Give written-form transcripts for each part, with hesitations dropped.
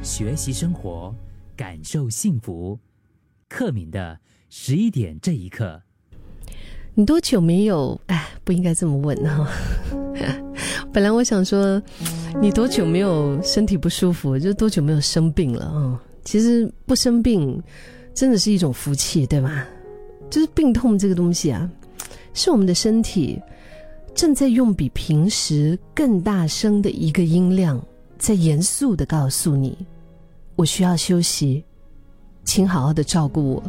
学习生活，感受幸福。克敏的11点这一刻。 你多久没有？不应该这么问哈。本来我想说，你多久没有身体不舒服？就多久没有生病了啊？其实不生病，真的是一种福气，对吗？就是病痛这个东西啊，是我们的身体正在用比平时更大声的一个音量，在严肃地告诉你，我需要休息，请好好的照顾我。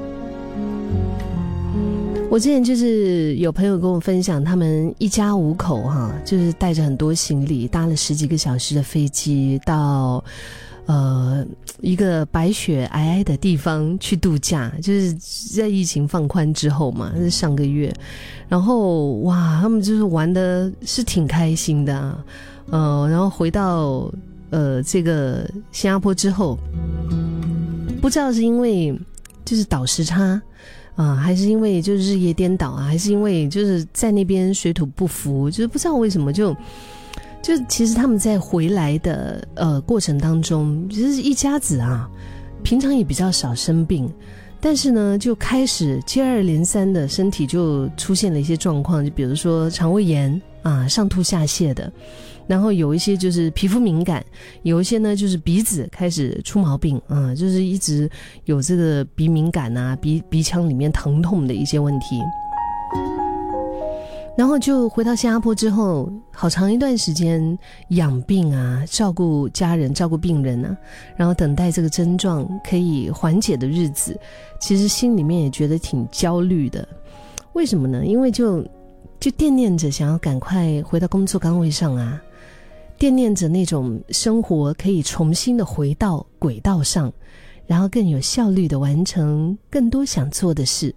我之前就是有朋友跟我分享，他们一家5口就是带着很多行李，搭了10几个小时的飞机到一个白雪皑皑的地方去度假，就是在疫情放宽之后嘛，是上个月。然后哇，他们就是玩的是挺开心的啊。然后回到这个新加坡之后，不知道是因为就是倒时差还是因为就是日夜颠倒还是因为就是在那边水土不服，就是不知道为什么就其实他们在回来的过程当中，就是一家子平常也比较少生病，但是呢就开始接二连三的身体就出现了一些状况，就比如说肠胃炎上吐下泻的，然后有一些就是皮肤敏感，有一些呢就是鼻子开始出毛病就是一直有这个鼻敏感鼻腔里面疼痛的一些问题。然后就回到新加坡之后，好长一段时间养病照顾家人，照顾病人然后等待这个症状可以缓解的日子，其实心里面也觉得挺焦虑的。为什么呢？因为就惦念着想要赶快回到工作岗位上惦念着那种生活可以重新的回到轨道上，然后更有效率的完成更多想做的事。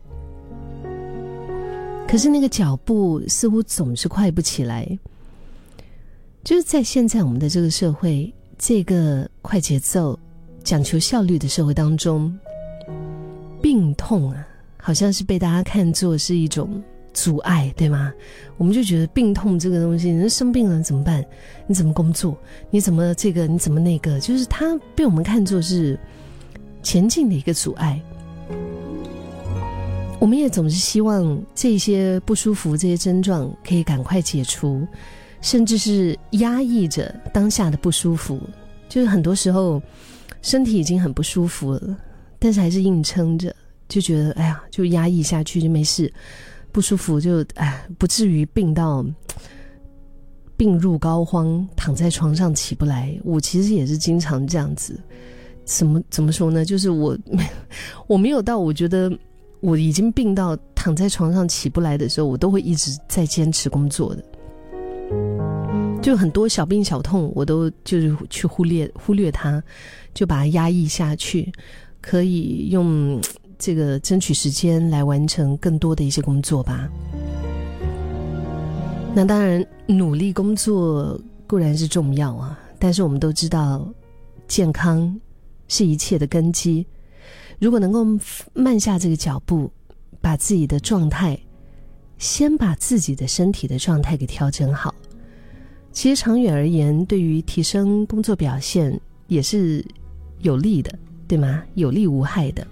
可是那个脚步似乎总是快不起来，就是在现在我们的这个社会，这个快节奏讲求效率的社会当中，病痛好像是被大家看作是一种阻碍，对吗？我们就觉得病痛这个东西，人生病了怎么办？你怎么工作？你怎么这个？你怎么那个？就是它被我们看作是前进的一个阻碍。我们也总是希望这些不舒服，这些症状可以赶快解除，甚至是压抑着当下的不舒服。就是很多时候身体已经很不舒服了，但是还是硬撑着，就觉得就压抑下去就没事，不舒服就不至于病到病入膏肓，躺在床上起不来。我其实也是经常这样子。怎么说呢？就是我没有到我觉得我已经病到躺在床上起不来的时候，我都会一直在坚持工作的。就很多小病小痛我都就是去忽略它，就把它压抑下去，可以用这个争取时间来完成更多的一些工作吧。那当然努力工作固然是重要但是我们都知道健康是一切的根基。如果能够慢下这个脚步，把自己的状态，先把自己的身体的状态给调整好，其实长远而言，对于提升工作表现也是有利的，对吗？有利无害的。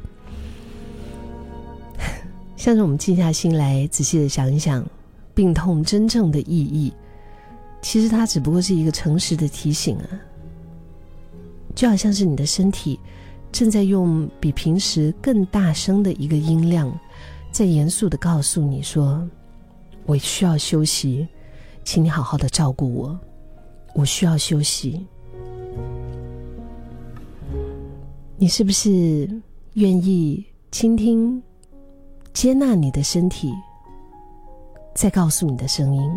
像是我们静下心来仔细的想一想，病痛真正的意义，其实它只不过是一个诚实的提醒就好像是你的身体正在用比平时更大声的一个音量，在严肃地告诉你说，我需要休息，请你好好的照顾我，我需要休息。你是不是愿意倾听，接纳你的身体在告诉你的声音？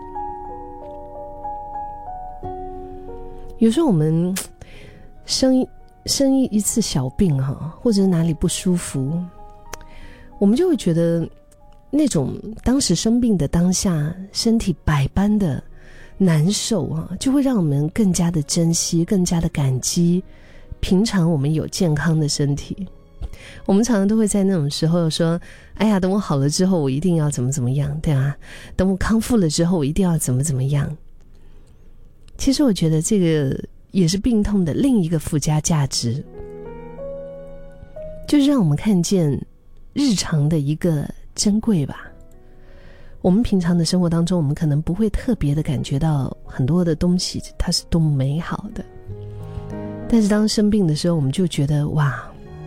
有时候我们生一次小病或者哪里不舒服，我们就会觉得那种当时生病的当下身体百般的难受就会让我们更加的珍惜，更加的感激平常我们有健康的身体。我们常常都会在那种时候说，哎呀，等我好了之后我一定要怎么样，对吧？等我康复了之后我一定要怎么样。其实我觉得这个也是病痛的另一个附加价值，就是让我们看见日常的一个珍贵吧。我们平常的生活当中，我们可能不会特别的感觉到很多的东西它是多么美好的，但是当生病的时候，我们就觉得哇。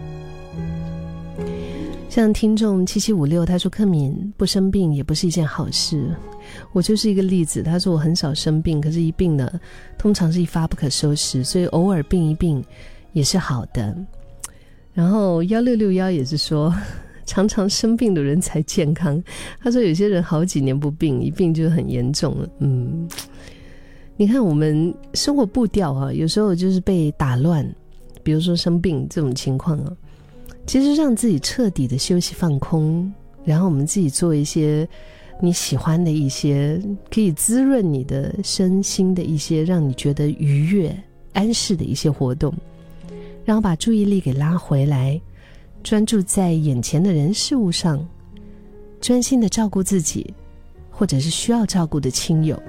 像听众7756他说，克敏不生病也不是一件好事，我就是一个例子。他说我很少生病，可是一病呢通常是一发不可收拾，所以偶尔病一病也是好的。然后1661也是说，常常生病的人才健康。他说有些人好几年不病，一病就很严重了。你看我们生活步调啊，有时候就是被打乱，比如说生病这种情况啊，其实让自己彻底的休息放空，然后我们自己做一些你喜欢的一些可以滋润你的身心的一些让你觉得愉悦安适的一些活动，然后把注意力给拉回来，专注在眼前的人事物上，专心的照顾自己或者是需要照顾的亲友。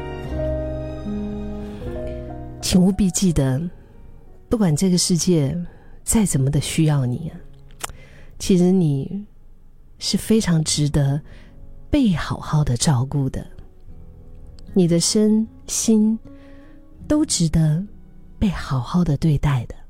请务必记得，不管这个世界再怎么的需要你，其实你是非常值得被好好的照顾的，你的身心都值得被好好的对待的。